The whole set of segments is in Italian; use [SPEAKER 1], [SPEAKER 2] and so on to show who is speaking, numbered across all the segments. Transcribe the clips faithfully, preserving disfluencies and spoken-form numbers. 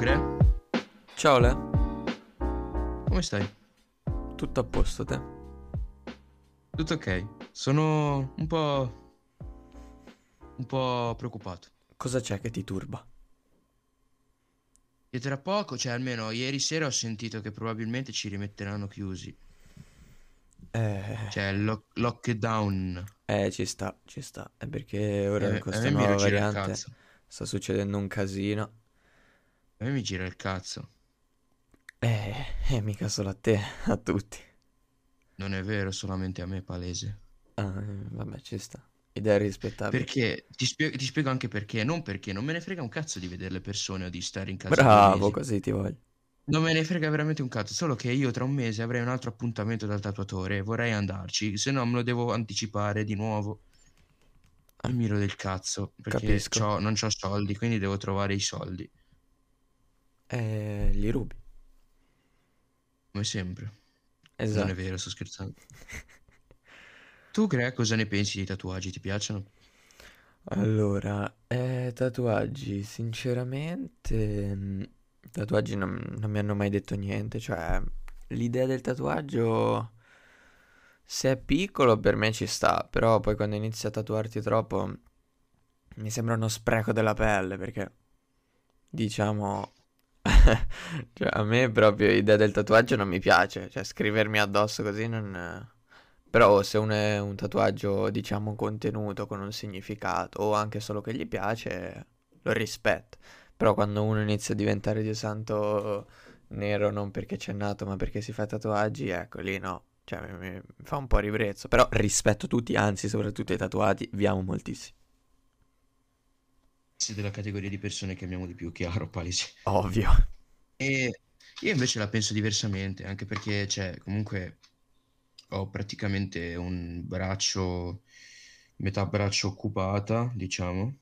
[SPEAKER 1] Gre,
[SPEAKER 2] Ciao Le,
[SPEAKER 1] come stai?
[SPEAKER 2] tutto a posto te?
[SPEAKER 1] Tutto ok? Sono un po'... un po' preoccupato.
[SPEAKER 2] Cosa c'è che ti turba?
[SPEAKER 1] E tra poco, cioè almeno ieri sera ho sentito che probabilmente ci rimetteranno chiusi.
[SPEAKER 2] Eh,
[SPEAKER 1] Cioè il lock- lockdown.
[SPEAKER 2] eh, ci sta, ci sta. È perché ora con
[SPEAKER 1] E a
[SPEAKER 2] questa
[SPEAKER 1] me mi
[SPEAKER 2] nuova
[SPEAKER 1] gira il
[SPEAKER 2] variante
[SPEAKER 1] cazzo.
[SPEAKER 2] sta succedendo un casino.
[SPEAKER 1] A me mi gira il cazzo.
[SPEAKER 2] Eh, eh, mica solo a te, a tutti.
[SPEAKER 1] Non è vero, solamente a me, palese.
[SPEAKER 2] Ah, eh, vabbè, ci sta. Idee rispettabili.
[SPEAKER 1] Perché? Ti spie- ti spiego anche perché. Non perché non me ne frega un cazzo di vedere le persone o di stare in casa due
[SPEAKER 2] Bravo,
[SPEAKER 1] mesi.
[SPEAKER 2] così ti voglio.
[SPEAKER 1] Non me ne frega veramente un cazzo, solo che io tra un mese avrei un altro appuntamento dal tatuatore e vorrei andarci, se no me lo devo anticipare di nuovo. E
[SPEAKER 2] Ah,
[SPEAKER 1] mi rode il cazzo, perché
[SPEAKER 2] capisco.
[SPEAKER 1] c'ho- non ho soldi, quindi devo trovare i soldi,
[SPEAKER 2] Eh, li rubi.
[SPEAKER 1] come sempre. Non è
[SPEAKER 2] Esatto.
[SPEAKER 1] vero, sto scherzando. Tu, Crea, cosa ne pensi dei tatuaggi? Ti piacciono?
[SPEAKER 2] Allora, eh, tatuaggi, sinceramente, mm, tatuaggi non, non mi hanno mai detto niente, cioè l'idea del tatuaggio, se è piccolo per me ci sta, però poi quando inizi a tatuarti troppo mi sembra uno spreco della pelle, perché diciamo, cioè a me proprio l'idea del tatuaggio non mi piace, cioè scrivermi addosso così non... Però se uno è un tatuaggio, diciamo, contenuto con un significato o anche solo che gli piace, lo rispetto. Però quando uno inizia a diventare dio santo nero non perché c'è nato, ma perché si fa tatuaggi, ecco, lì no. Cioè, mi, mi- mi fa un po' ribrezzo. Però rispetto tutti, anzi, soprattutto i tatuati, vi amo moltissimo.
[SPEAKER 1] Sei della categoria di persone che amiamo di più, chiaro, palese.
[SPEAKER 2] Ovvio.
[SPEAKER 1] E io invece la penso diversamente, anche perché, cioè, comunque ho praticamente un braccio, metà braccio occupata, diciamo,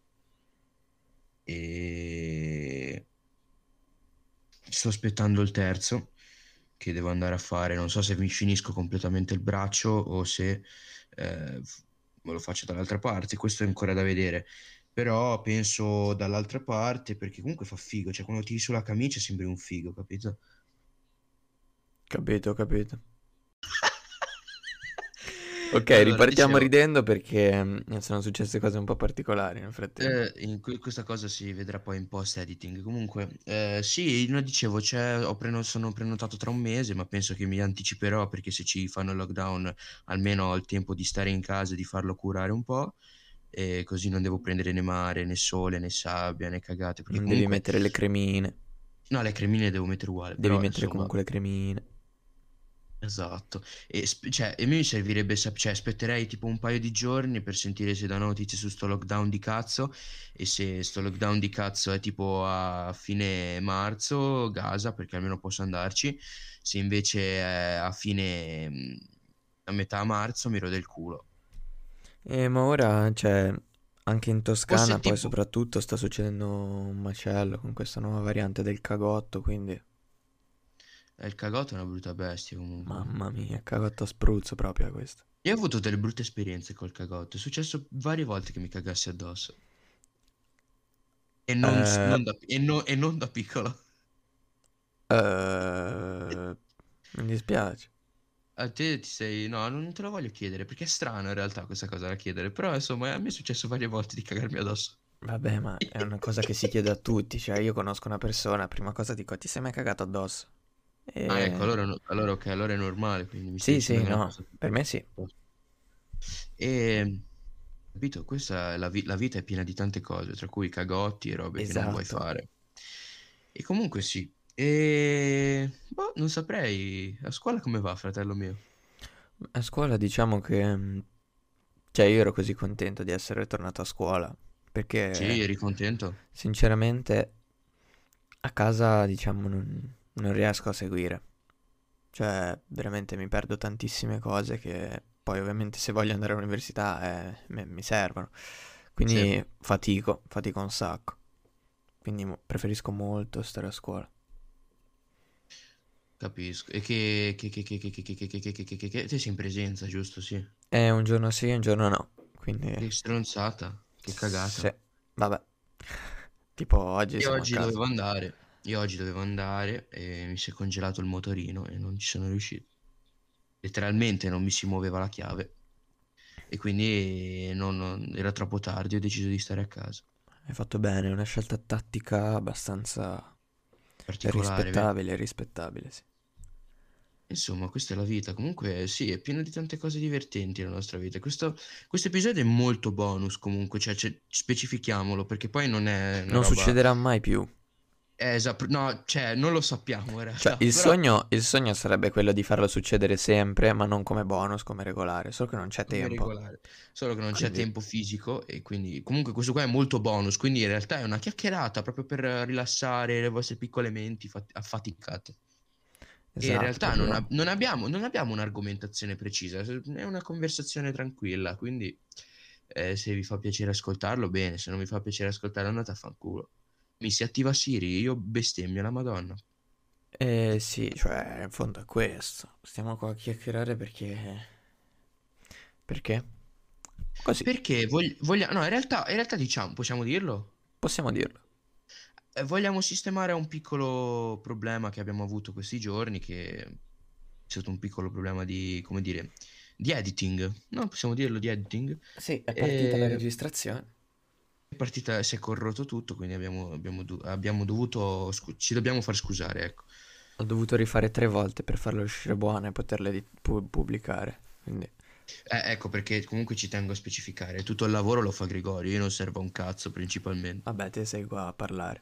[SPEAKER 1] e sto aspettando il terzo che devo andare a fare. Non so se mi finisco completamente il braccio o se eh, f- me lo faccio dall'altra parte. Questo è ancora da vedere. Però penso dall'altra parte perché comunque fa figo. Cioè, quando tiri sulla camicia sembri un figo, capito?
[SPEAKER 2] Capito, capito. Ok,
[SPEAKER 1] Allora,
[SPEAKER 2] ripartiamo
[SPEAKER 1] dicevo,
[SPEAKER 2] ridendo perché mm, sono successe cose un po' particolari nel frattempo.
[SPEAKER 1] Eh, in que- questa cosa si vedrà poi in post editing. Comunque, eh, sì, no, dicevo, cioè, ho preno- sono prenotato tra un mese, ma penso che mi anticiperò perché se ci fanno il lockdown almeno ho il tempo di stare in casa e di farlo curare un po', e così non devo prendere né mare, né sole, né sabbia, né cagate, perché
[SPEAKER 2] Non devi
[SPEAKER 1] comunque,
[SPEAKER 2] mettere le cremine.
[SPEAKER 1] no, le cremine le devo mettere uguale,
[SPEAKER 2] Devi
[SPEAKER 1] però
[SPEAKER 2] mettere
[SPEAKER 1] insomma.
[SPEAKER 2] comunque le cremine.
[SPEAKER 1] Esatto, e, sp- cioè, e mi servirebbe, sap- cioè, aspetterei tipo un paio di giorni per sentire se da notizie su sto lockdown di cazzo e se sto lockdown di cazzo è tipo a fine marzo, Gaza, perché almeno posso andarci, se invece è a fine, mh, a metà marzo mi rode il culo.
[SPEAKER 2] Eh, ma ora, cioè, anche in
[SPEAKER 1] O se
[SPEAKER 2] Toscana poi
[SPEAKER 1] tipo,
[SPEAKER 2] soprattutto sta succedendo un macello con questa nuova variante del cagotto, quindi
[SPEAKER 1] eh, il cagotto è una brutta bestia comunque.
[SPEAKER 2] mamma mia, cagotto a spruzzo proprio questo.
[SPEAKER 1] Io ho avuto delle brutte esperienze col cagotto, è successo varie volte che mi cagassi addosso. E non, s-
[SPEAKER 2] Eh,
[SPEAKER 1] non da, e no- e non da piccolo.
[SPEAKER 2] eh, mi dispiace.
[SPEAKER 1] A te ti sei... No, non te lo voglio chiedere perché è strano in realtà questa cosa da chiedere. Però insomma a me è successo varie volte di cagarmi addosso.
[SPEAKER 2] Vabbè, ma è una cosa che si chiede a tutti, cioè io conosco una persona, prima cosa dico, ti sei mai cagato addosso?
[SPEAKER 1] Ah, ecco,
[SPEAKER 2] E...
[SPEAKER 1] allora, no- allora ok, allora è normale, quindi mi stai
[SPEAKER 2] Sì,
[SPEAKER 1] dicendo
[SPEAKER 2] sì,
[SPEAKER 1] che è una
[SPEAKER 2] no,
[SPEAKER 1] cosa...
[SPEAKER 2] per me sì.
[SPEAKER 1] E... Capito? Questa è la, vi- la vita è piena di tante cose, tra cui cagotti e robe che non vuoi
[SPEAKER 2] Esatto.
[SPEAKER 1] fare. E comunque sì. E... Boh, non saprei. A scuola come va, fratello mio?
[SPEAKER 2] A scuola diciamo che, mm, cioè io ero così contento di essere tornato a scuola,
[SPEAKER 1] Sì,
[SPEAKER 2] perché
[SPEAKER 1] eri contento?
[SPEAKER 2] sinceramente a casa diciamo non, non riesco a seguire, cioè veramente mi perdo tantissime cose che poi ovviamente se voglio andare all'università eh, me- mi servono,
[SPEAKER 1] Sì,
[SPEAKER 2] quindi fatico, fatico un sacco, quindi mo- preferisco molto stare a scuola.
[SPEAKER 1] capisco. E che... che, che, che, che, che, che, che, che, che, che, che, che... che- Te sei in presenza, giusto? Sì.
[SPEAKER 2] E un giorno sì, un giorno no, quindi
[SPEAKER 1] Che stronzata, che
[SPEAKER 2] sì,
[SPEAKER 1] cagata.
[SPEAKER 2] vabbè, tipo oggi
[SPEAKER 1] Io
[SPEAKER 2] siamo a
[SPEAKER 1] oggi
[SPEAKER 2] casa.
[SPEAKER 1] dovevo andare, Io oggi dovevo andare e mi si è congelato il motorino e non ci sono riuscito. Letteralmente non mi si muoveva la chiave e quindi non- non- era troppo tardi, ho deciso di stare a casa.
[SPEAKER 2] Hai fatto bene, è una scelta tattica abbastanza
[SPEAKER 1] Particolare, vero?
[SPEAKER 2] rispettabile, rispettabile, sì.
[SPEAKER 1] Insomma, questa è la vita. Comunque, sì, è pieno di tante cose divertenti la nostra vita. Questo, questo episodio è molto bonus, comunque, cioè, cioè, specifichiamolo, perché poi non è una
[SPEAKER 2] Non
[SPEAKER 1] roba.
[SPEAKER 2] succederà mai più.
[SPEAKER 1] Eh, esatto, no, cioè, non lo sappiamo in
[SPEAKER 2] Cioè,
[SPEAKER 1] realtà,
[SPEAKER 2] il
[SPEAKER 1] però
[SPEAKER 2] sogno, il sogno sarebbe quello di farlo succedere sempre, ma non come bonus, come regolare, solo che non c'è
[SPEAKER 1] come
[SPEAKER 2] tempo.
[SPEAKER 1] regolare. Solo che non c'è
[SPEAKER 2] Quindi,
[SPEAKER 1] tempo fisico e quindi comunque questo qua è molto bonus, quindi in realtà è una chiacchierata proprio per rilassare le vostre piccole menti fat- affaticate. E in
[SPEAKER 2] esatto,
[SPEAKER 1] realtà non,
[SPEAKER 2] proprio.
[SPEAKER 1] ab- non abbiamo, non abbiamo un'argomentazione precisa, è una conversazione tranquilla, quindi eh, se vi fa piacere ascoltarlo, bene, se non vi fa piacere ascoltarlo andate a fanculo. Mi si attiva Siri, io bestemmio la Madonna.
[SPEAKER 2] Eh sì, cioè, in fondo è questo. Stiamo qua a chiacchierare perché... Perché? Così,
[SPEAKER 1] Perché vogli- vogliamo, no, in realtà, in realtà diciamo, possiamo dirlo?
[SPEAKER 2] possiamo dirlo.
[SPEAKER 1] Eh, vogliamo sistemare un piccolo problema che abbiamo avuto questi giorni, che è stato un piccolo problema di, come dire, di editing, no? Possiamo dirlo di editing.
[SPEAKER 2] Sì, è partita la
[SPEAKER 1] E
[SPEAKER 2] registrazione.
[SPEAKER 1] è partita, si è corrotto tutto, quindi abbiamo, abbiamo do- abbiamo dovuto, scu- ci dobbiamo far scusare, ecco.
[SPEAKER 2] Ho dovuto rifare tre volte per farlo uscire buono e poterle di- pu- pubblicare. Quindi,
[SPEAKER 1] Eh, ecco perché comunque ci tengo a specificare, tutto il lavoro lo fa Gregorio, io non servo a un cazzo principalmente.
[SPEAKER 2] vabbè, te sei qua a parlare.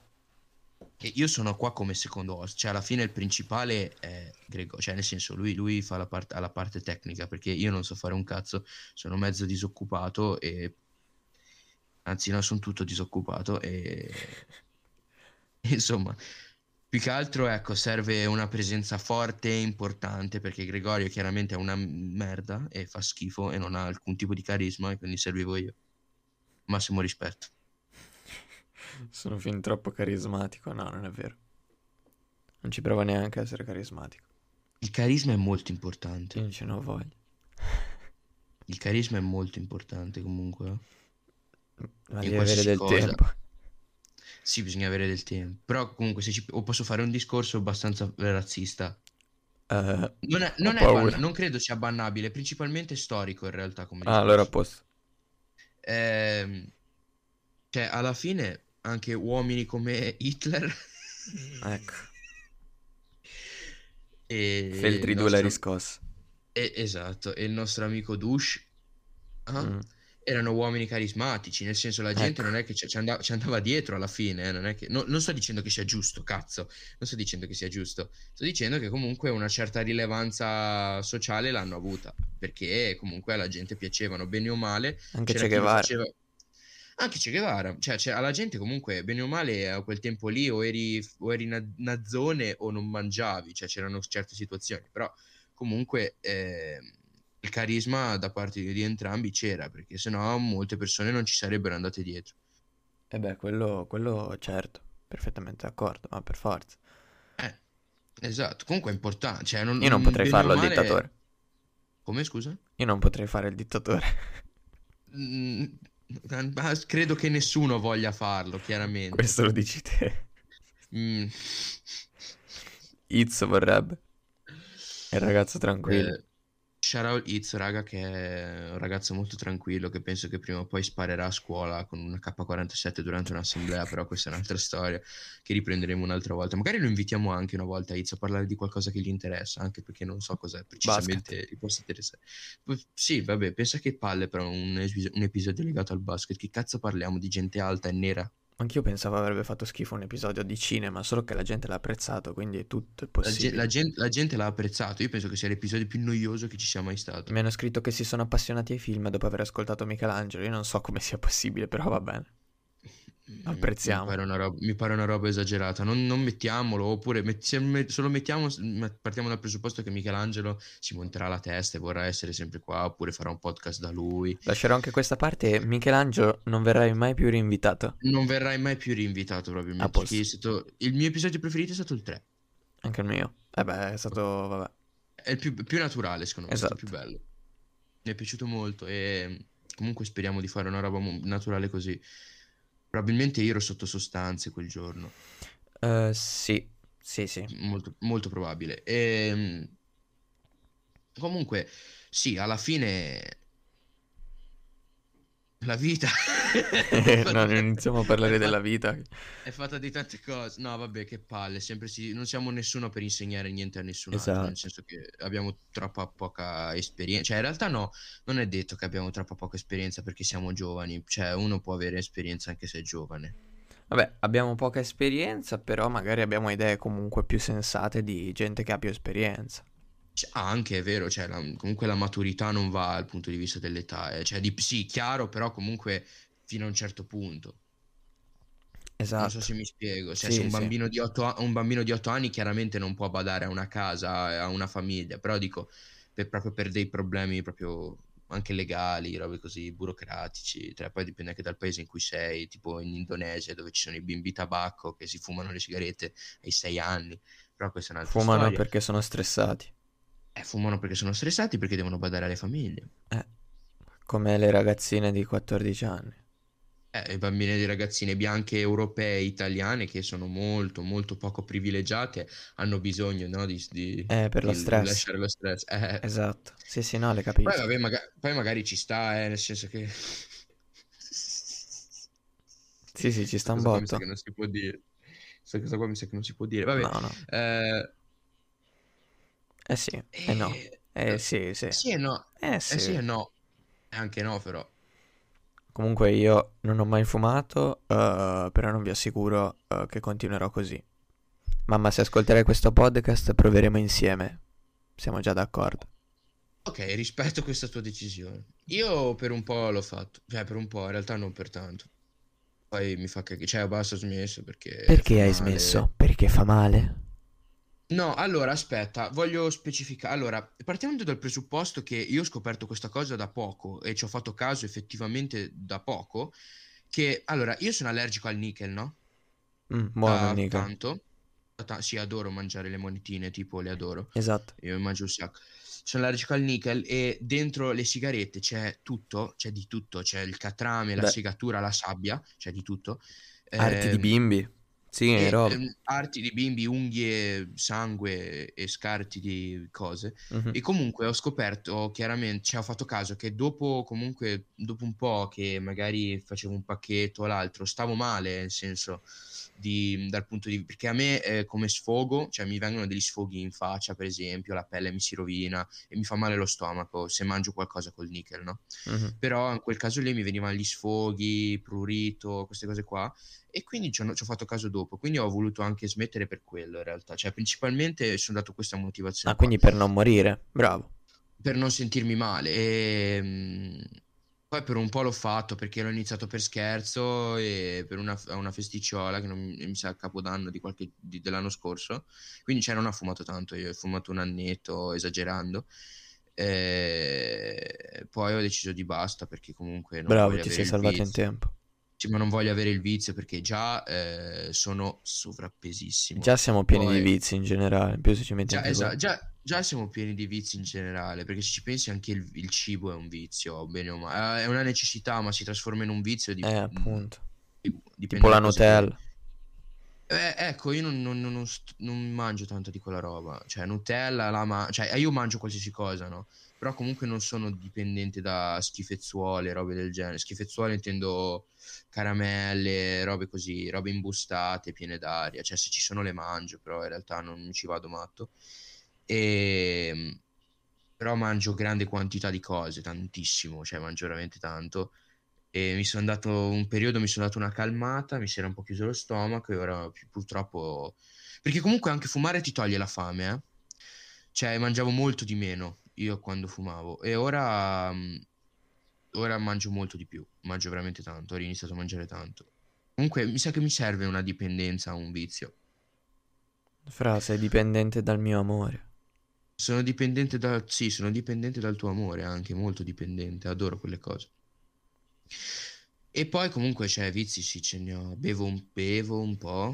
[SPEAKER 1] E io sono qua come secondo host, cioè alla fine il principale è Gregorio, cioè nel senso lui, lui fa la, part- ha la parte tecnica perché io non so fare un cazzo, sono mezzo disoccupato e anzi no, sono tutto disoccupato e insomma, più che altro ecco, serve una presenza forte e importante perché Gregorio chiaramente è una merda e fa schifo e non ha alcun tipo di carisma e quindi servivo io. Massimo rispetto.
[SPEAKER 2] Sono fin troppo carismatico. No, non è vero. Non ci provo neanche a essere carismatico.
[SPEAKER 1] Il carisma è molto
[SPEAKER 2] Io
[SPEAKER 1] importante.
[SPEAKER 2] non ce ne ho voglia.
[SPEAKER 1] Il carisma è molto importante comunque,
[SPEAKER 2] Ma
[SPEAKER 1] eh. In
[SPEAKER 2] devi avere
[SPEAKER 1] qualsiasi
[SPEAKER 2] del
[SPEAKER 1] cosa.
[SPEAKER 2] tempo.
[SPEAKER 1] Sì, bisogna avere del tempo. Però comunque se ci... o posso fare un discorso abbastanza razzista.
[SPEAKER 2] Eh,
[SPEAKER 1] Non è,
[SPEAKER 2] ho
[SPEAKER 1] non è ban-
[SPEAKER 2] paura.
[SPEAKER 1] non credo sia bannabile, principalmente storico in realtà come
[SPEAKER 2] Ah, allora a
[SPEAKER 1] discorso.
[SPEAKER 2] posto.
[SPEAKER 1] Ehm, cioè, alla fine anche uomini come Hitler
[SPEAKER 2] Ecco.
[SPEAKER 1] e il
[SPEAKER 2] Feltri due la
[SPEAKER 1] nostro...
[SPEAKER 2] riscossa.
[SPEAKER 1] e- esatto, e il nostro amico Dush ah,
[SPEAKER 2] Mm,
[SPEAKER 1] erano uomini carismatici, nel senso la gente
[SPEAKER 2] ecco.
[SPEAKER 1] non è che ci, ci andava, ci andava dietro alla fine, eh, non è che, no- non sto dicendo che sia giusto, cazzo, non sto dicendo che sia giusto, sto dicendo che comunque una certa rilevanza sociale l'hanno avuta, perché comunque alla gente piacevano, bene o male,
[SPEAKER 2] Anche
[SPEAKER 1] c'era
[SPEAKER 2] Che
[SPEAKER 1] chi lo
[SPEAKER 2] Guevara.
[SPEAKER 1] faceva, anche Che Guevara, cioè c'è- alla gente comunque, bene o male, a quel tempo lì o eri, o eri na- nazzone o non mangiavi, cioè c'erano certe situazioni, però comunque eh, il carisma da parte di, di entrambi c'era, perché sennò molte persone non ci sarebbero andate dietro.
[SPEAKER 2] E beh, quello, quello certo. Perfettamente d'accordo, ma per forza.
[SPEAKER 1] Eh, esatto, comunque è importante, cioè non,
[SPEAKER 2] Io non
[SPEAKER 1] non-
[SPEAKER 2] potrei
[SPEAKER 1] bene o
[SPEAKER 2] farlo al
[SPEAKER 1] male,
[SPEAKER 2] dittatore.
[SPEAKER 1] come scusa?
[SPEAKER 2] Io non potrei fare il dittatore.
[SPEAKER 1] Mm, ma credo che nessuno voglia farlo, chiaramente.
[SPEAKER 2] Questo lo dici te.
[SPEAKER 1] Mm.
[SPEAKER 2] Izzo vorrebbe. È il ragazzo tranquillo.
[SPEAKER 1] Eh, shout out Iz, raga, che è un ragazzo molto tranquillo che penso che prima o poi sparerà a scuola con una K quarantasette durante un'assemblea, però questa è un'altra storia che riprenderemo un'altra volta. Magari lo invitiamo anche una volta a Iz a parlare di qualcosa che gli interessa, anche perché non so cosa
[SPEAKER 2] Basket.
[SPEAKER 1] precisamente gli possa interessare. Poi- Sì, vabbè, pensa che palle però un, es- un episodio legato al basket. Che cazzo parliamo di gente alta e nera?
[SPEAKER 2] Anch'io pensavo avrebbe fatto schifo un episodio di cinema, solo che la gente l'ha apprezzato, quindi tutto è
[SPEAKER 1] La, ge- la
[SPEAKER 2] possibile.
[SPEAKER 1] gen- la gente l'ha apprezzato. Io penso che sia l'episodio più noioso che ci sia mai stato.
[SPEAKER 2] Mi hanno scritto che si sono appassionati ai film dopo aver ascoltato Michelangelo. Io non so come sia possibile, però va bene.
[SPEAKER 1] Mi, mi
[SPEAKER 2] Apprezziamo.
[SPEAKER 1] pare una roba, mi pare una roba esagerata. Non, non mettiamolo, oppure met- se, me- se lo mettiamo, s- ma- partiamo dal presupposto che Michelangelo si monterà la testa e vorrà essere sempre qua, oppure farà un podcast da lui.
[SPEAKER 2] Lascerò anche questa parte. Michelangelo, non verrai mai più rinvitato.
[SPEAKER 1] Non verrai mai più rinvitato,
[SPEAKER 2] A
[SPEAKER 1] probabilmente. Perché è
[SPEAKER 2] posto.
[SPEAKER 1] stato, il mio episodio preferito è stato il tre.
[SPEAKER 2] Anche il mio. Eh beh, è stato... vabbè.
[SPEAKER 1] È il più, più naturale, secondo me, è stato il più
[SPEAKER 2] Esatto.
[SPEAKER 1] bello. Mi è piaciuto molto e comunque speriamo di fare una roba mo- naturale così. Probabilmente io ero sotto sostanze quel giorno.
[SPEAKER 2] Eh, sì, sì, sì.
[SPEAKER 1] Molto, molto probabile. Ehm, comunque, sì, alla fine la vita è
[SPEAKER 2] No,
[SPEAKER 1] fatta,
[SPEAKER 2] non iniziamo a
[SPEAKER 1] è
[SPEAKER 2] parlare della
[SPEAKER 1] fatta-
[SPEAKER 2] vita.
[SPEAKER 1] è fatta di tante cose. No, vabbè, che palle. Sempre si- non siamo nessuno per insegnare niente a nessun altro, nel
[SPEAKER 2] Esatto.
[SPEAKER 1] senso che abbiamo troppa poca esperienza. Cioè, in realtà no, non è detto che abbiamo troppa poca esperienza perché siamo giovani. Cioè, uno può avere esperienza anche se è giovane.
[SPEAKER 2] Vabbè, abbiamo poca esperienza, però magari abbiamo idee comunque più sensate di gente che ha più esperienza.
[SPEAKER 1] Cioè, ah, anche è vero, cioè, la- comunque la maturità non va dal punto di vista dell'età. eh. Cioè, di, sì, chiaro, però comunque fino a un certo punto. Non so
[SPEAKER 2] Esatto.
[SPEAKER 1] se mi spiego, cioè se
[SPEAKER 2] Sì,
[SPEAKER 1] un
[SPEAKER 2] sì.
[SPEAKER 1] bambino di otto, un bambino di otto anni chiaramente non può badare a una casa, a una famiglia, però dico, per- proprio per dei problemi proprio anche legali, robe così, burocratici, cioè, poi dipende anche dal paese in cui sei, tipo in Indonesia dove ci sono i bimbi tabacco che si fumano le sigarette ai sei anni, però questa è un'altra
[SPEAKER 2] Fumano
[SPEAKER 1] storia.
[SPEAKER 2] perché sono stressati.
[SPEAKER 1] Eh, fumano perché sono stressati, perché devono badare alle famiglie.
[SPEAKER 2] Eh, come le ragazzine di quattordici anni.
[SPEAKER 1] Eh, i bambini di ragazzine bianche europee, italiane, che sono molto, molto poco privilegiate, hanno bisogno, no, di, di-
[SPEAKER 2] Eh, per lo
[SPEAKER 1] di
[SPEAKER 2] stress.
[SPEAKER 1] lasciare lo stress. Eh,
[SPEAKER 2] Esatto. Sì, sì, no, le
[SPEAKER 1] poi,
[SPEAKER 2] capisco.
[SPEAKER 1] vabbè, maga- poi magari ci sta, eh, nel senso che...
[SPEAKER 2] Sì, sì, ci
[SPEAKER 1] Questa
[SPEAKER 2] sta un
[SPEAKER 1] cosa qua mi sa
[SPEAKER 2] botto.
[SPEAKER 1] che non si può dire. Questa cosa qua mi sa che non si può dire. Vabbè,
[SPEAKER 2] No, no.
[SPEAKER 1] eh,
[SPEAKER 2] Eh sì, eh no.
[SPEAKER 1] eh,
[SPEAKER 2] Eh sì, sì.
[SPEAKER 1] sì e no.
[SPEAKER 2] Eh
[SPEAKER 1] Eh sì
[SPEAKER 2] sì.
[SPEAKER 1] e no. E anche no, però.
[SPEAKER 2] Comunque io non ho mai fumato, eh, però non vi assicuro, eh, che continuerò così. Mamma, se ascolterai questo podcast proveremo insieme. Siamo già d'accordo.
[SPEAKER 1] Ok, rispetto questa tua decisione. Io per un po' l'ho fatto, cioè per un po', in realtà non per tanto. Poi mi fa cagare, cioè basta, ho smesso perché fa
[SPEAKER 2] Perché hai
[SPEAKER 1] male.
[SPEAKER 2] smesso? Perché fa male?
[SPEAKER 1] No, allora aspetta, voglio specificare. Allora, partiamo dal presupposto che io ho scoperto questa cosa da poco e ci ho fatto caso effettivamente da poco, che allora io sono allergico al nickel, no?
[SPEAKER 2] Mm, buono il
[SPEAKER 1] Da
[SPEAKER 2] nickel.
[SPEAKER 1] tanto. Da ta- sì, adoro mangiare le monetine, tipo le adoro.
[SPEAKER 2] Esatto.
[SPEAKER 1] Io mi mangio un sacco. Sono allergico al nickel e dentro le sigarette c'è tutto, c'è di tutto, c'è il catrame, la
[SPEAKER 2] Beh,
[SPEAKER 1] segatura, la sabbia, c'è di tutto.
[SPEAKER 2] arti di
[SPEAKER 1] Ehm,
[SPEAKER 2] bimbi. Sì, è
[SPEAKER 1] e
[SPEAKER 2] roba.
[SPEAKER 1] ehm, arti di bimbi, unghie, sangue e scarti di cose.
[SPEAKER 2] Mhm.
[SPEAKER 1] E comunque ho scoperto chiaramente, cioè ho fatto caso che dopo comunque, dopo un po' che magari facevo un pacchetto o l'altro, stavo male, nel senso di, dal punto di perché a me eh, come sfogo, cioè mi vengono degli sfoghi in faccia, per esempio, la pelle mi si rovina e mi fa male lo stomaco se mangio qualcosa col nickel, no?
[SPEAKER 2] Mhm.
[SPEAKER 1] Però in quel caso lì mi venivano gli sfoghi, prurito, queste cose qua e quindi ci ho, ci ho fatto caso dopo, quindi ho voluto anche smettere per quello in realtà, cioè principalmente sono dato questa
[SPEAKER 2] Ah,
[SPEAKER 1] motivazione qua,
[SPEAKER 2] quindi per non morire. Bravo.
[SPEAKER 1] per non sentirmi male e mh, poi per un po' l'ho fatto perché l'ho iniziato per scherzo e per una, a una festicciola che non mi, mi sa a Capodanno di qualche, di- dell'anno scorso, quindi cioè non ho fumato tanto, io ho fumato un annetto esagerando. E poi ho deciso di basta perché comunque non
[SPEAKER 2] Bravo,
[SPEAKER 1] voglio
[SPEAKER 2] ti
[SPEAKER 1] avere
[SPEAKER 2] sei
[SPEAKER 1] il
[SPEAKER 2] salvato in
[SPEAKER 1] vizio.
[SPEAKER 2] tempo.
[SPEAKER 1] Sì, ma non voglio avere il vizio perché già eh, sono sovrappesissimo.
[SPEAKER 2] Già siamo pieni di
[SPEAKER 1] Poi,
[SPEAKER 2] vizi in generale, in più se ci metti
[SPEAKER 1] già,
[SPEAKER 2] anche quello.
[SPEAKER 1] esa- già, già siamo pieni di vizi in generale, perché se ci pensi anche il, il cibo è un vizio, bene o male. Eh, È una necessità, ma si trasforma in un vizio,
[SPEAKER 2] Eh,
[SPEAKER 1] dip- mh,
[SPEAKER 2] appunto.
[SPEAKER 1] dipende
[SPEAKER 2] Tipo la
[SPEAKER 1] da cosa che...
[SPEAKER 2] Nutella.
[SPEAKER 1] Eh, ecco, io non, non- non- non st- non mangio tanto di quella roba, cioè Nutella, la ma- cioè eh, io mangio qualsiasi cosa, no? Però comunque non sono dipendente da schifezzuole, robe del genere. Schifezzuole intendo caramelle, robe così, robe imbustate, piene d'aria, cioè se ci sono le mangio, però in realtà non ci vado matto. E... Però mangio grande quantità di cose, tantissimo, cioè mangio veramente tanto e mi sono dato un periodo, mi sono dato una calmata, mi si era un po' chiuso lo stomaco e ora pi- purtroppo... Perché comunque anche fumare ti toglie la fame, eh? Cioè mangiavo molto di meno io quando fumavo e ora, mh, ora mangio molto di più, mangio veramente tanto, ho iniziato a mangiare tanto. Comunque mi sa che mi serve una dipendenza, un vizio.
[SPEAKER 2] Fra, sei dipendente dal mio amore.
[SPEAKER 1] Sono dipendente da... Sì, sono dipendente dal tuo amore anche, molto dipendente, adoro quelle cose. E poi comunque c'è vizi, sì, ce ne ho. Bevo un, bevo un po'.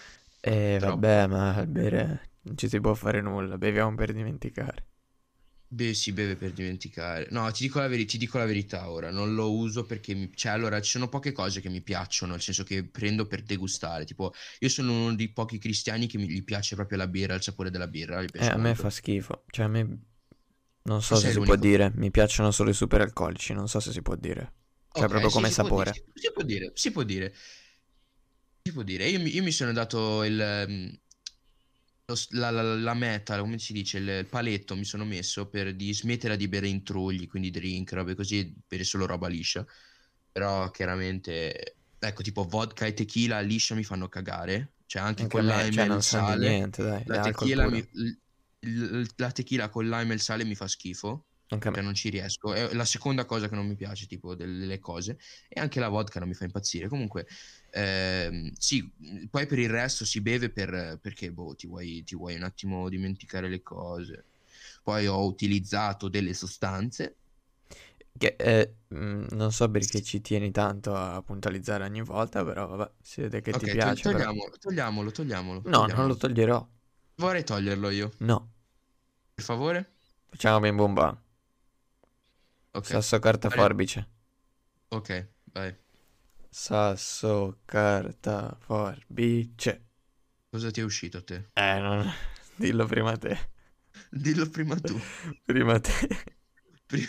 [SPEAKER 2] E
[SPEAKER 1] Troppo.
[SPEAKER 2] vabbè, ma al bere non ci si può fare nulla, beviamo per dimenticare.
[SPEAKER 1] Beh, si beve per dimenticare. No, ti dico la veri- ti dico la verità ora, non lo uso perché mi... Cioè, allora, ci sono poche cose che mi piacciono, nel senso che prendo per degustare. Tipo, io sono uno dei pochi cristiani che mi... gli piace proprio la birra, il sapore della birra, gli
[SPEAKER 2] Eh,
[SPEAKER 1] piace
[SPEAKER 2] a me
[SPEAKER 1] molto.
[SPEAKER 2] fa schifo. Cioè, a me non
[SPEAKER 1] Tu
[SPEAKER 2] so se
[SPEAKER 1] sei
[SPEAKER 2] si può
[SPEAKER 1] l'unico.
[SPEAKER 2] dire. Mi piacciono solo i super alcolici. Non so se si può dire. Cioè,
[SPEAKER 1] Ok,
[SPEAKER 2] proprio
[SPEAKER 1] sì,
[SPEAKER 2] come
[SPEAKER 1] si può dire,
[SPEAKER 2] sapore.
[SPEAKER 1] si, si può dire, si può dire, si può dire. Io mi, io mi sono dato il... ehm, lo s- la, la- la meta, come si dice, il, il paletto mi sono messo per di smettere di bere intrugli, quindi drink, robe così, e bere solo roba liscia. Però chiaramente, ecco, tipo vodka e tequila liscia mi fanno cagare. Cioè anche
[SPEAKER 2] Anche a
[SPEAKER 1] con
[SPEAKER 2] me,
[SPEAKER 1] lime
[SPEAKER 2] cioè,
[SPEAKER 1] e
[SPEAKER 2] non
[SPEAKER 1] il
[SPEAKER 2] sa di
[SPEAKER 1] sale.
[SPEAKER 2] niente, dai. È
[SPEAKER 1] La
[SPEAKER 2] alcol
[SPEAKER 1] tequila, mi-
[SPEAKER 2] puro.
[SPEAKER 1] il- il- la tequila con lime e il sale mi fa schifo.
[SPEAKER 2] Anche a me.
[SPEAKER 1] Cioè non ci riesco. È la seconda cosa che non mi piace, tipo delle cose. E anche la vodka non mi fa impazzire. Comunque, ehm, sì, poi per il resto si beve per- perché boh, ti vuoi, ti vuoi un attimo dimenticare le cose. Poi ho utilizzato delle sostanze.
[SPEAKER 2] Che, eh, mm, non so perché ci tieni tanto a puntualizzare ogni volta, però vabbè, si vede che ti
[SPEAKER 1] Ok, tol-
[SPEAKER 2] piace, però.
[SPEAKER 1] togliamolo, togliamolo, togliamolo,
[SPEAKER 2] No, non lo
[SPEAKER 1] togliamolo.
[SPEAKER 2] toglierò.
[SPEAKER 1] Vorrei toglierlo io,
[SPEAKER 2] No.
[SPEAKER 1] per favore?
[SPEAKER 2] Facciamo bim bum bam.
[SPEAKER 1] Ok.
[SPEAKER 2] Sasso, carta,
[SPEAKER 1] Vale-
[SPEAKER 2] forbice.
[SPEAKER 1] Ok, vai.
[SPEAKER 2] Sasso, carta, forbice.
[SPEAKER 1] Cosa ti è uscito a te?
[SPEAKER 2] Eh, non... Dillo prima te.
[SPEAKER 1] Dillo prima tu.
[SPEAKER 2] Prima te.
[SPEAKER 1] Pri-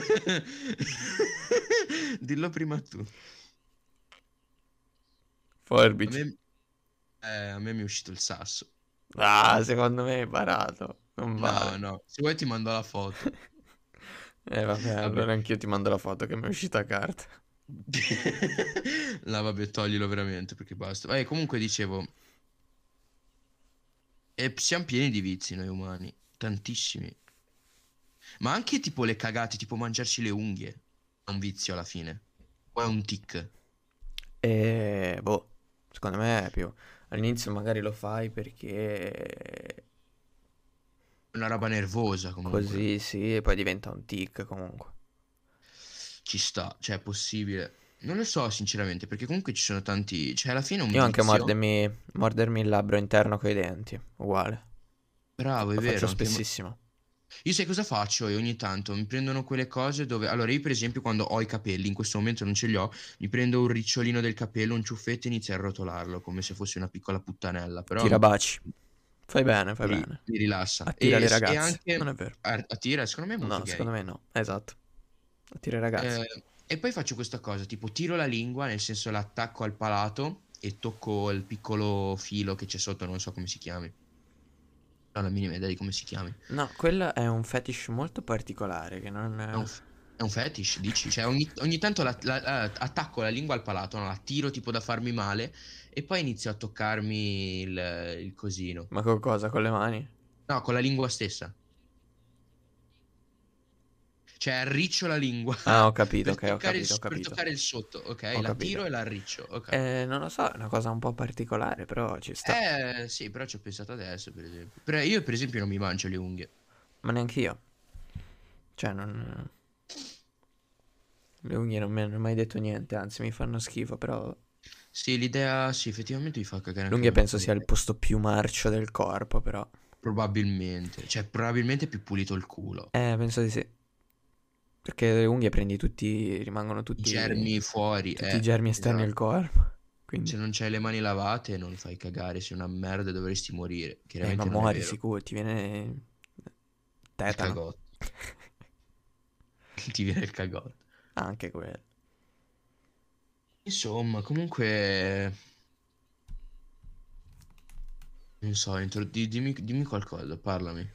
[SPEAKER 1] Dillo prima tu. A
[SPEAKER 2] Forbice.
[SPEAKER 1] me, eh, a me mi è uscito il sasso.
[SPEAKER 2] Ah, secondo me hai barato. Non
[SPEAKER 1] No,
[SPEAKER 2] vale.
[SPEAKER 1] no, se vuoi ti mando la foto.
[SPEAKER 2] Eh, vabbè,
[SPEAKER 1] Vabbè.
[SPEAKER 2] allora anch'io ti mando la foto che mi è uscita a carta.
[SPEAKER 1] No, vabbè, toglilo veramente perché basta. Eh, comunque dicevo, eh, siamo pieni di vizi noi umani, tantissimi. Ma anche tipo le cagate, tipo mangiarci le unghie, è un vizio alla fine. O è un tic.
[SPEAKER 2] E boh, secondo me è più. All'inizio magari lo fai perché
[SPEAKER 1] È una roba nervosa comunque.
[SPEAKER 2] così sì, e poi diventa un tic comunque.
[SPEAKER 1] Ci sta, cioè è possibile. Non lo so sinceramente, perché comunque ci sono tanti... Cioè alla fine è un
[SPEAKER 2] Io anche
[SPEAKER 1] vizio.
[SPEAKER 2] mordermi, mordermi il labbro interno coi denti, uguale.
[SPEAKER 1] Bravo, è
[SPEAKER 2] Lo faccio
[SPEAKER 1] vero, anche... ma-
[SPEAKER 2] spessissimo.
[SPEAKER 1] Io sai cosa faccio? E ogni tanto mi prendono quelle cose dove... Allora io per esempio quando ho i capelli, in questo momento non ce li ho, mi prendo un ricciolino del capello, un ciuffetto e inizio a rotolarlo come se fosse una piccola puttanella, però mi,
[SPEAKER 2] Tirabaci. Fai bene, fai
[SPEAKER 1] mi-
[SPEAKER 2] bene.
[SPEAKER 1] mi rilassa.
[SPEAKER 2] Attira
[SPEAKER 1] E,
[SPEAKER 2] le
[SPEAKER 1] e
[SPEAKER 2] ragazze. Non
[SPEAKER 1] anche...
[SPEAKER 2] è vero.
[SPEAKER 1] A, a tira, secondo me è molto
[SPEAKER 2] No,
[SPEAKER 1] gay.
[SPEAKER 2] secondo me no. Esatto. Attira i ragazzi.
[SPEAKER 1] Eh, e poi faccio questa cosa, tipo tiro la lingua, nel senso l'attacco al palato e tocco il piccolo filo che c'è sotto, non so come si chiami. Non ho la minima idea di come si chiami.
[SPEAKER 2] No, quello è un fetish molto particolare che
[SPEAKER 1] È un,
[SPEAKER 2] non...
[SPEAKER 1] f- è un fetish, dici? Cioè ogni, ogni tanto la- la- la- attacco la lingua al palato, no? La tiro tipo da farmi male e poi inizio a toccarmi il, il cosino.
[SPEAKER 2] Ma con cosa? Con le mani?
[SPEAKER 1] No, con la lingua stessa. Cioè arriccio la lingua
[SPEAKER 2] Ah, ho capito,
[SPEAKER 1] per
[SPEAKER 2] ok, ho
[SPEAKER 1] toccare il,
[SPEAKER 2] capito, ho
[SPEAKER 1] s- per
[SPEAKER 2] capito.
[SPEAKER 1] toccare il sotto, ok?
[SPEAKER 2] Ho
[SPEAKER 1] La tiro
[SPEAKER 2] capito.
[SPEAKER 1] e la arriccio, ok.
[SPEAKER 2] Eh, non lo so, è una cosa un po' particolare, però ci sta.
[SPEAKER 1] Eh, sì, però ci ho pensato adesso, per esempio. Però io, per esempio, non mi mangio le unghie.
[SPEAKER 2] Ma neanche io. Cioè, non... Le unghie non mi hanno mai detto niente, anzi mi fanno schifo, però...
[SPEAKER 1] Sì, l'idea, sì, effettivamente mi fa cagare anche a
[SPEAKER 2] L'unghia
[SPEAKER 1] me.
[SPEAKER 2] penso
[SPEAKER 1] come
[SPEAKER 2] sia il
[SPEAKER 1] idea.
[SPEAKER 2] posto più marcio del corpo, però...
[SPEAKER 1] Probabilmente. Cioè, probabilmente è più pulito il culo.
[SPEAKER 2] Eh, penso di sì. Perché le unghie prendi tutti... rimangono
[SPEAKER 1] I
[SPEAKER 2] tutti...
[SPEAKER 1] germi fuori,
[SPEAKER 2] tutti i
[SPEAKER 1] eh,
[SPEAKER 2] germi esterni al
[SPEAKER 1] esatto.
[SPEAKER 2] corpo. Quindi...
[SPEAKER 1] Se non c'hai le mani lavate, non fai cagare, sei una merda e dovresti morire.
[SPEAKER 2] Eh, ma
[SPEAKER 1] Chiaramente non è
[SPEAKER 2] muori
[SPEAKER 1] vero.
[SPEAKER 2] sicuro, ti viene...
[SPEAKER 1] Il
[SPEAKER 2] tetano.
[SPEAKER 1] cagotto. Ti viene il cagotto.
[SPEAKER 2] Anche quello.
[SPEAKER 1] Insomma, comunque... Non so, intro- di- dimmi, dimmi qualcosa, parlami.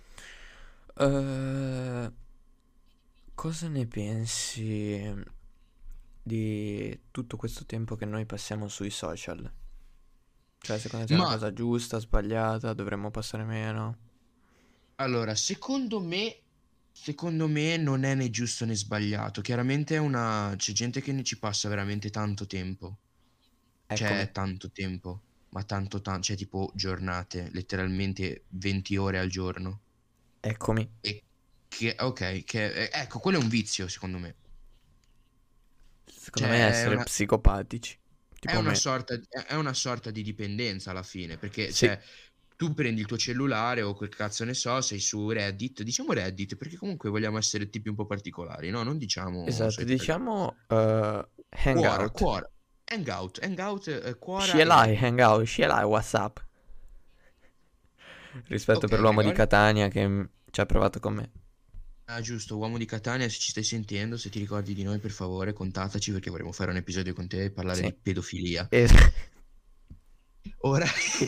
[SPEAKER 2] Eh, cosa ne pensi di tutto questo tempo che noi passiamo sui social? Cioè, secondo te è una
[SPEAKER 1] Ma
[SPEAKER 2] cosa giusta, sbagliata? Dovremmo passare meno?
[SPEAKER 1] allora, secondo me, secondo me non è né giusto né sbagliato. Chiaramente è una... c'è gente che ne ci passa veramente tanto tempo.
[SPEAKER 2] Eccomi,
[SPEAKER 1] C'è tanto tempo, ma tanto tanto, c'è tipo giornate, letteralmente venti ore al giorno.
[SPEAKER 2] eccomi.
[SPEAKER 1] E che, ok, che, eh, ecco, quello è un vizio, secondo me.
[SPEAKER 2] Secondo me è
[SPEAKER 1] Cioè, è
[SPEAKER 2] essere
[SPEAKER 1] una,
[SPEAKER 2] psicopatici,
[SPEAKER 1] è
[SPEAKER 2] tipo
[SPEAKER 1] una
[SPEAKER 2] me.
[SPEAKER 1] sorta, è una sorta di dipendenza alla fine, perché,
[SPEAKER 2] Sì,
[SPEAKER 1] cioè, tu prendi il tuo cellulare o quel cazzo ne so, sei su Reddit, diciamo Reddit perché comunque vogliamo essere tipi un po' particolari, no? Non diciamo
[SPEAKER 2] Esatto,
[SPEAKER 1] soliti casi.
[SPEAKER 2] diciamo eh,
[SPEAKER 1] Quora,
[SPEAKER 2] Hangout.
[SPEAKER 1] Quora, Hangout, Hangout, eh, Quora e
[SPEAKER 2] Scielai,
[SPEAKER 1] Reddit.
[SPEAKER 2] Hangout, Scielai, WhatsApp. Rispetto
[SPEAKER 1] Ok,
[SPEAKER 2] per l'uomo di
[SPEAKER 1] allora.
[SPEAKER 2] Catania che mm, ci ha provato con me.
[SPEAKER 1] Ah, giusto, uomo di Catania, se ci stai sentendo, se ti ricordi di noi, per favore, contattaci perché vorremmo fare un episodio con te e parlare
[SPEAKER 2] Sì.
[SPEAKER 1] di pedofilia.
[SPEAKER 2] Es-
[SPEAKER 1] Ora,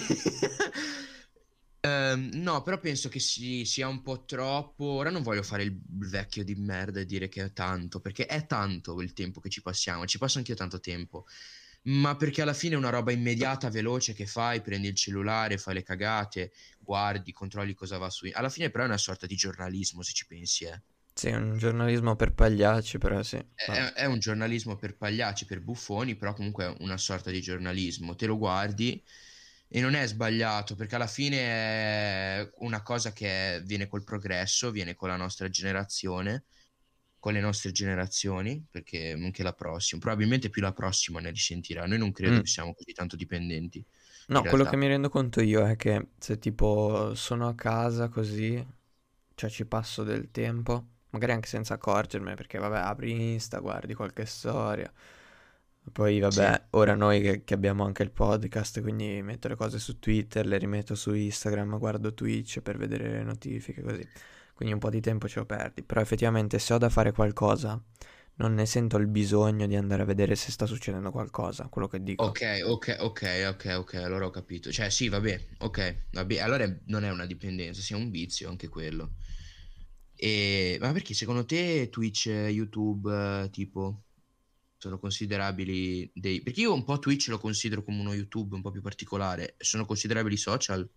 [SPEAKER 1] Ehm, no, però penso che si- sia un po' troppo. Ora non voglio fare il vecchio di merda e dire che è tanto, perché è tanto il tempo che ci passiamo, ci passo anch'io tanto tempo. Ma perché alla fine è una roba immediata, veloce che fai, prendi il cellulare, fai le cagate, guardi, controlli cosa va su. Alla fine, però, è una sorta di giornalismo, se ci pensi, eh.
[SPEAKER 2] sì, un giornalismo per pagliacci, però sì.
[SPEAKER 1] È,
[SPEAKER 2] Vabbè.
[SPEAKER 1] è un giornalismo per pagliacci, per buffoni, però comunque è una sorta di giornalismo. Te lo guardi e non è sbagliato, perché alla fine è una cosa che viene col progresso, viene con la nostra generazione, con le nostre generazioni, perché anche la prossima, probabilmente più la prossima ne risentirà. Noi non credo
[SPEAKER 2] Mm.
[SPEAKER 1] che siamo così tanto dipendenti, in
[SPEAKER 2] No, quello che
[SPEAKER 1] realtà.
[SPEAKER 2] mi rendo conto io è che se tipo sono a casa così, cioè ci passo del tempo, magari anche senza accorgermene, perché vabbè, apri Insta, guardi qualche storia. Poi
[SPEAKER 1] Sì.
[SPEAKER 2] vabbè, ora noi che, che abbiamo anche il podcast, quindi metto le cose su Twitter, le rimetto su Instagram, guardo Twitch per vedere le notifiche così. Quindi un po' di tempo ce lo perdi. Però effettivamente se ho da fare qualcosa, non ne sento il bisogno di andare a vedere se sta succedendo qualcosa, quello che dico.
[SPEAKER 1] Ok, ok, ok, ok, ok, allora ho capito. Cioè, sì, vabbè, ok, vabbè, allora è- non è una dipendenza, sia un vizio anche quello. E... Ma perché secondo te Twitch, e YouTube, eh, tipo, sono considerabili dei... Perché io un po' Twitch lo considero come uno YouTube un po' più particolare. Sono considerabili social?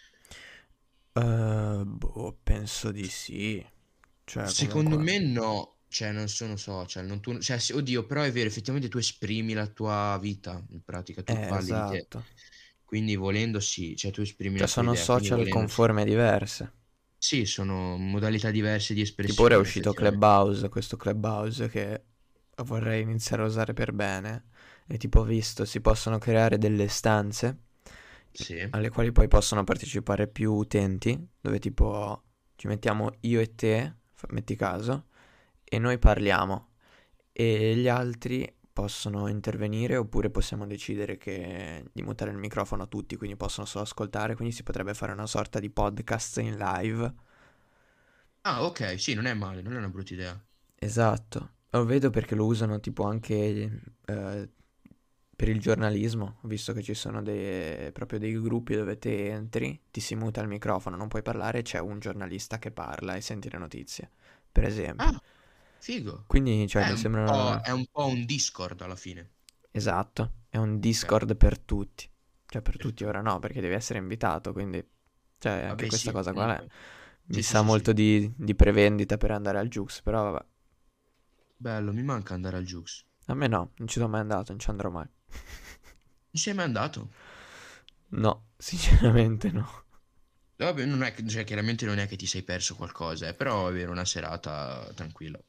[SPEAKER 2] Eh, boh, penso di sì. Cioè,
[SPEAKER 1] Secondo
[SPEAKER 2] comunque...
[SPEAKER 1] me no, cioè non sono social, non tu... cioè, se- oddio, però è vero, effettivamente tu esprimi la tua vita, in pratica, tu
[SPEAKER 2] Eh,
[SPEAKER 1] parli di te.
[SPEAKER 2] esatto.
[SPEAKER 1] Quindi volendo sì, cioè tu esprimi
[SPEAKER 2] Cioè,
[SPEAKER 1] la tua
[SPEAKER 2] sono
[SPEAKER 1] idea, quindi
[SPEAKER 2] social con
[SPEAKER 1] volendo sì.
[SPEAKER 2] forme diverse.
[SPEAKER 1] Sì, sono modalità diverse di
[SPEAKER 2] Tipo ora è
[SPEAKER 1] espressione,
[SPEAKER 2] uscito
[SPEAKER 1] effettivamente.
[SPEAKER 2] Clubhouse, questo Clubhouse che vorrei iniziare a usare per bene. E tipo ho visto, si possono creare delle stanze
[SPEAKER 1] Sì.
[SPEAKER 2] alle quali poi possono partecipare più utenti, dove tipo ci mettiamo io e te, fa- metti caso, e noi parliamo. E gli altri possono intervenire oppure possiamo decidere che, di mutare il microfono a tutti, quindi possono solo ascoltare, quindi si potrebbe fare una sorta di podcast in live.
[SPEAKER 1] Ah, ok, sì, non è male, non è una brutta idea.
[SPEAKER 2] Esatto, lo vedo perché lo usano tipo anche eh, per il giornalismo, ho visto che ci sono dei, proprio dei gruppi dove te entri, ti si muta il microfono, non puoi parlare, e c'è un giornalista che parla e senti le notizie, per esempio.
[SPEAKER 1] Ah, figo.
[SPEAKER 2] Quindi, cioè,
[SPEAKER 1] È
[SPEAKER 2] mi
[SPEAKER 1] un po',
[SPEAKER 2] sembra...
[SPEAKER 1] è un po' un Discord alla fine.
[SPEAKER 2] Esatto, è un
[SPEAKER 1] Ok,
[SPEAKER 2] Discord per tutti. Cioè, per
[SPEAKER 1] per
[SPEAKER 2] tutti ora
[SPEAKER 1] tutti.
[SPEAKER 2] no, perché devi essere invitato, quindi... Cioè, anche
[SPEAKER 1] Vabbè,
[SPEAKER 2] questa
[SPEAKER 1] sì,
[SPEAKER 2] cosa qua è...
[SPEAKER 1] comunque.
[SPEAKER 2] Mi
[SPEAKER 1] Sì, sì,
[SPEAKER 2] sa
[SPEAKER 1] sì,
[SPEAKER 2] molto
[SPEAKER 1] sì.
[SPEAKER 2] di, di prevendita per andare al Jux, però vabbè.
[SPEAKER 1] Bello, mi manca andare al Jux.
[SPEAKER 2] A me no, non ci sono mai andato, non ci andrò mai.
[SPEAKER 1] Non sei mai andato?
[SPEAKER 2] No, sinceramente no.
[SPEAKER 1] Vabbè, non è che, cioè, chiaramente non è che ti sei perso qualcosa, eh, però avere una serata tranquilla.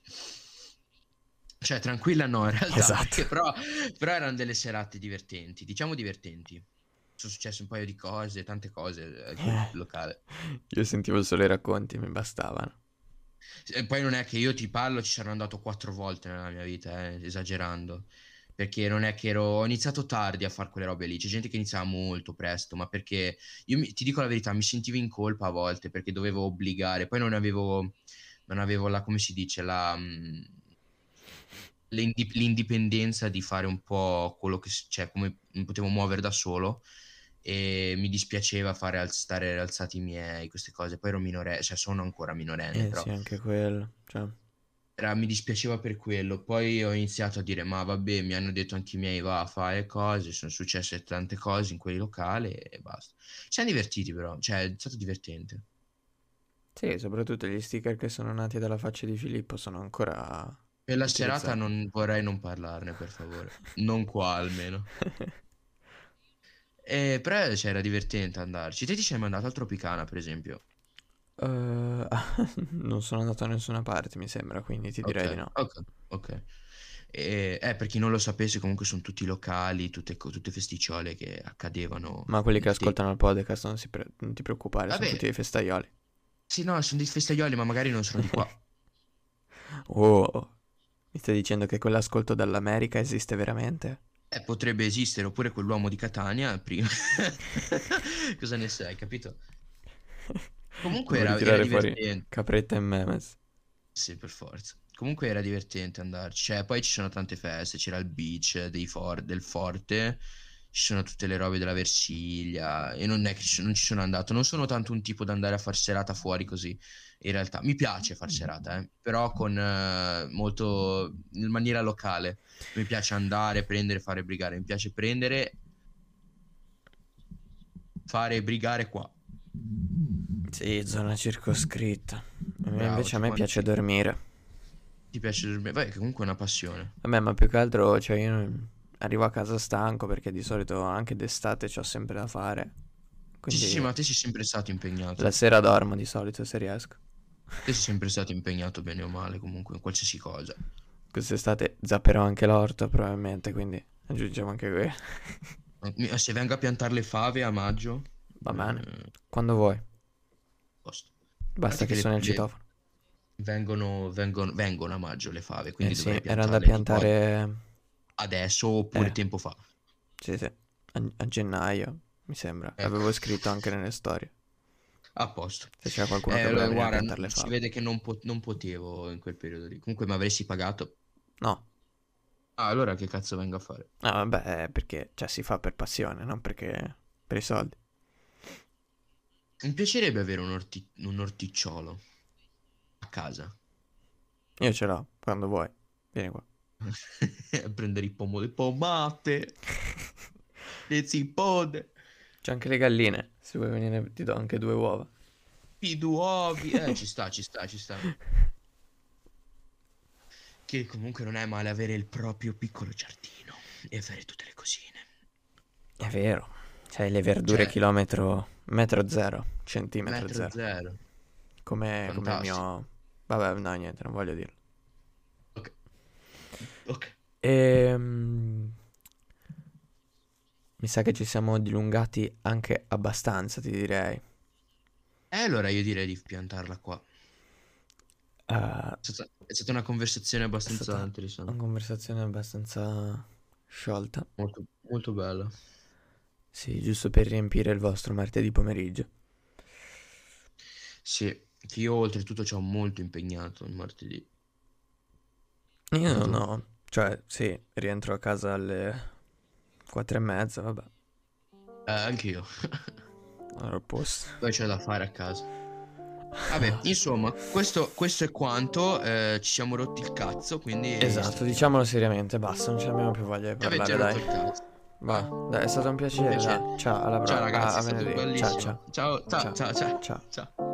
[SPEAKER 1] Cioè, tranquilla no, in realtà,
[SPEAKER 2] Esatto.
[SPEAKER 1] perché però, però erano delle serate divertenti, diciamo divertenti. Sono successe un paio di cose, tante cose eh, in quel
[SPEAKER 2] Eh,
[SPEAKER 1] locale.
[SPEAKER 2] io sentivo solo i racconti, mi bastavano.
[SPEAKER 1] E poi non è che io ti parlo, ci sono andato quattro volte nella mia vita, eh, esagerando. Perché non è che ero... Ho iniziato tardi a fare quelle robe lì. C'è gente che iniziava molto presto, ma perché... Io mi- ti dico la verità, mi sentivo in colpa a volte perché dovevo obbligare. Poi non avevo... Non avevo la... come si dice? La... mm, l'indi- l'indipendenza di fare un po' quello che... s- cioè, come mi potevo muovere da solo. E mi dispiaceva fare al- stare alzati i miei, queste cose. Poi ero minorenne, cioè sono ancora minorenne,
[SPEAKER 2] Eh
[SPEAKER 1] però
[SPEAKER 2] sì, anche quello. Cioè,
[SPEAKER 1] era- mi dispiaceva per quello. Poi ho iniziato a dire, ma vabbè, mi hanno detto anche i miei, va a fare cose, sono successe tante cose in quei locali e basta. Ci siamo divertiti però, cioè è stato divertente.
[SPEAKER 2] sì, soprattutto gli sticker che sono nati dalla faccia di Filippo sono ancora
[SPEAKER 1] Per la serata
[SPEAKER 2] utilizzabili.
[SPEAKER 1] non vorrei non parlarne, per favore. Non qua almeno. E, però cioè, era divertente andarci. Te ti sei mandato al Tropicana, per esempio.
[SPEAKER 2] Eh, non sono andato da nessuna parte, mi sembra, quindi ti
[SPEAKER 1] Ok,
[SPEAKER 2] direi di no.
[SPEAKER 1] ok, ok. E, eh, per chi non lo sapesse, comunque sono tutti locali, tutte, co- tutte festicciole che accadevano
[SPEAKER 2] Ma quelli che
[SPEAKER 1] nel tempo.
[SPEAKER 2] ascoltano il podcast non, si pre- non ti preoccupare, sono tutti
[SPEAKER 1] Vabbè,
[SPEAKER 2] dei festaioli.
[SPEAKER 1] sì, no, sono dei festaioli, ma magari non sono di qua.
[SPEAKER 2] Oh, mi stai dicendo che quell'ascolto dall'America esiste veramente?
[SPEAKER 1] Eh, potrebbe esistere, oppure quell'uomo di Catania prima. Cosa ne sai, capito? Comunque
[SPEAKER 2] Devo
[SPEAKER 1] era, era
[SPEAKER 2] ritirare fuori
[SPEAKER 1] divertente.
[SPEAKER 2] Capretta e Memes.
[SPEAKER 1] Sì, per forza. Comunque era divertente andarci. Cioè, poi ci sono tante feste, c'era il beach dei for- del Forte, ci sono tutte le robe della Versiglia. E non è che ci- non ci sono andato. Non sono tanto un tipo da andare a far serata fuori così. In realtà mi piace far serata, eh, però con eh, molto in maniera locale. Mi piace andare, prendere, fare brigare. Mi piace prendere, fare brigare qua.
[SPEAKER 2] Sì, zona circoscritta. A me
[SPEAKER 1] Bravo,
[SPEAKER 2] invece a me
[SPEAKER 1] tipo
[SPEAKER 2] piace
[SPEAKER 1] anche
[SPEAKER 2] dormire.
[SPEAKER 1] ti piace dormire. Vai, che comunque è una passione.
[SPEAKER 2] Vabbè, ma più che altro, cioè io non- arrivo a casa stanco perché di solito anche d'estate c'ho sempre da fare.
[SPEAKER 1] Sì, sì, sì,
[SPEAKER 2] Quindi
[SPEAKER 1] ma te sei sempre stato
[SPEAKER 2] la
[SPEAKER 1] impegnato.
[SPEAKER 2] sera dormo di solito se riesco.
[SPEAKER 1] Te sei sempre stato impegnato bene o male, comunque, in qualsiasi cosa.
[SPEAKER 2] Quest'estate zapperò anche l'orto probabilmente, quindi aggiungiamo anche qui.
[SPEAKER 1] Mi- Se vengo a piantare le fave a maggio,
[SPEAKER 2] Va bene,
[SPEAKER 1] eh,
[SPEAKER 2] quando vuoi.
[SPEAKER 1] posto. A
[SPEAKER 2] Basta
[SPEAKER 1] parte
[SPEAKER 2] che
[SPEAKER 1] che le,
[SPEAKER 2] suoni il
[SPEAKER 1] le-
[SPEAKER 2] citofono.
[SPEAKER 1] vengono, vengono, vengono a maggio le fave,
[SPEAKER 2] Eh
[SPEAKER 1] quindi
[SPEAKER 2] sì,
[SPEAKER 1] dovrei
[SPEAKER 2] erano da
[SPEAKER 1] piantarle tipo a-
[SPEAKER 2] piantare...
[SPEAKER 1] adesso oppure
[SPEAKER 2] Eh,
[SPEAKER 1] tempo fa.
[SPEAKER 2] sì, sì, a, a gennaio, mi sembra.
[SPEAKER 1] Ecco,
[SPEAKER 2] L'avevo scritto anche nelle storie.
[SPEAKER 1] a posto.
[SPEAKER 2] Se c'era qualcuno
[SPEAKER 1] Eh,
[SPEAKER 2] che voleva
[SPEAKER 1] allora,
[SPEAKER 2] venire a
[SPEAKER 1] guarda,
[SPEAKER 2] piantare
[SPEAKER 1] n-
[SPEAKER 2] le
[SPEAKER 1] si
[SPEAKER 2] fave.
[SPEAKER 1] vede che non, po- non potevo in quel periodo lì. Comunque mi avresti pagato.
[SPEAKER 2] No,
[SPEAKER 1] Ah, allora che cazzo vengo a fare?
[SPEAKER 2] no, vabbè, è perché, cioè, si fa per passione, non perché... per i soldi.
[SPEAKER 1] Mi piacerebbe avere un, orti- un orticciolo a casa.
[SPEAKER 2] Io ce l'ho, quando vuoi. Vieni qua.
[SPEAKER 1] A prendere i pomo le pomate, le zipode,
[SPEAKER 2] C'è anche le galline, se vuoi venire ti do anche due uova.
[SPEAKER 1] i duovi. Eh, ci sta, ci sta, ci sta. Che comunque non è male avere il proprio piccolo giardino e avere tutte le cosine.
[SPEAKER 2] È vero, c'hai le verdure
[SPEAKER 1] Cioè,
[SPEAKER 2] chilometro, metro zero, centimetro
[SPEAKER 1] metro
[SPEAKER 2] zero.
[SPEAKER 1] zero.
[SPEAKER 2] Come, come il
[SPEAKER 1] Fantastico.
[SPEAKER 2] mio... Vabbè, no, niente, non voglio dirlo.
[SPEAKER 1] Ok, ok.
[SPEAKER 2] Ehm... Mi sa che ci siamo dilungati anche abbastanza, ti direi.
[SPEAKER 1] E allora io direi di piantarla qua.
[SPEAKER 2] Eh,
[SPEAKER 1] È stata, è stata una conversazione
[SPEAKER 2] è
[SPEAKER 1] abbastanza
[SPEAKER 2] stata una
[SPEAKER 1] interessante.
[SPEAKER 2] conversazione abbastanza sciolta.
[SPEAKER 1] Molto, molto bella.
[SPEAKER 2] Sì, giusto per riempire il vostro martedì pomeriggio.
[SPEAKER 1] Sì, che io oltretutto ci ho molto impegnato il martedì.
[SPEAKER 2] Io
[SPEAKER 1] E
[SPEAKER 2] non
[SPEAKER 1] tu?
[SPEAKER 2] ho... Cioè, sì, rientro a casa alle quattro e mezza, vabbè.
[SPEAKER 1] Eh, anch'io.
[SPEAKER 2] Ero a posto.
[SPEAKER 1] Poi c'è da fare a casa. Vabbè, insomma, questo, questo è quanto. eh, ci siamo rotti il cazzo, quindi è
[SPEAKER 2] Esatto,
[SPEAKER 1] stato-
[SPEAKER 2] diciamolo seriamente, basta, non ce l'abbiamo più voglia di
[SPEAKER 1] mi avete
[SPEAKER 2] parlare,
[SPEAKER 1] rotto
[SPEAKER 2] dai.
[SPEAKER 1] il cazzo.
[SPEAKER 2] Va,
[SPEAKER 1] Ah,
[SPEAKER 2] dai, è stato un
[SPEAKER 1] un
[SPEAKER 2] piacere,
[SPEAKER 1] piacere.
[SPEAKER 2] dai. Ciao, alla
[SPEAKER 1] Ciao
[SPEAKER 2] pro- a,
[SPEAKER 1] ragazzi,
[SPEAKER 2] a
[SPEAKER 1] è stato
[SPEAKER 2] venerdì. Ciao,
[SPEAKER 1] bellissimo.
[SPEAKER 2] ciao.
[SPEAKER 1] Ciao, ciao,
[SPEAKER 2] Ciao,
[SPEAKER 1] ciao, ciao.
[SPEAKER 2] ciao.
[SPEAKER 1] Ciao.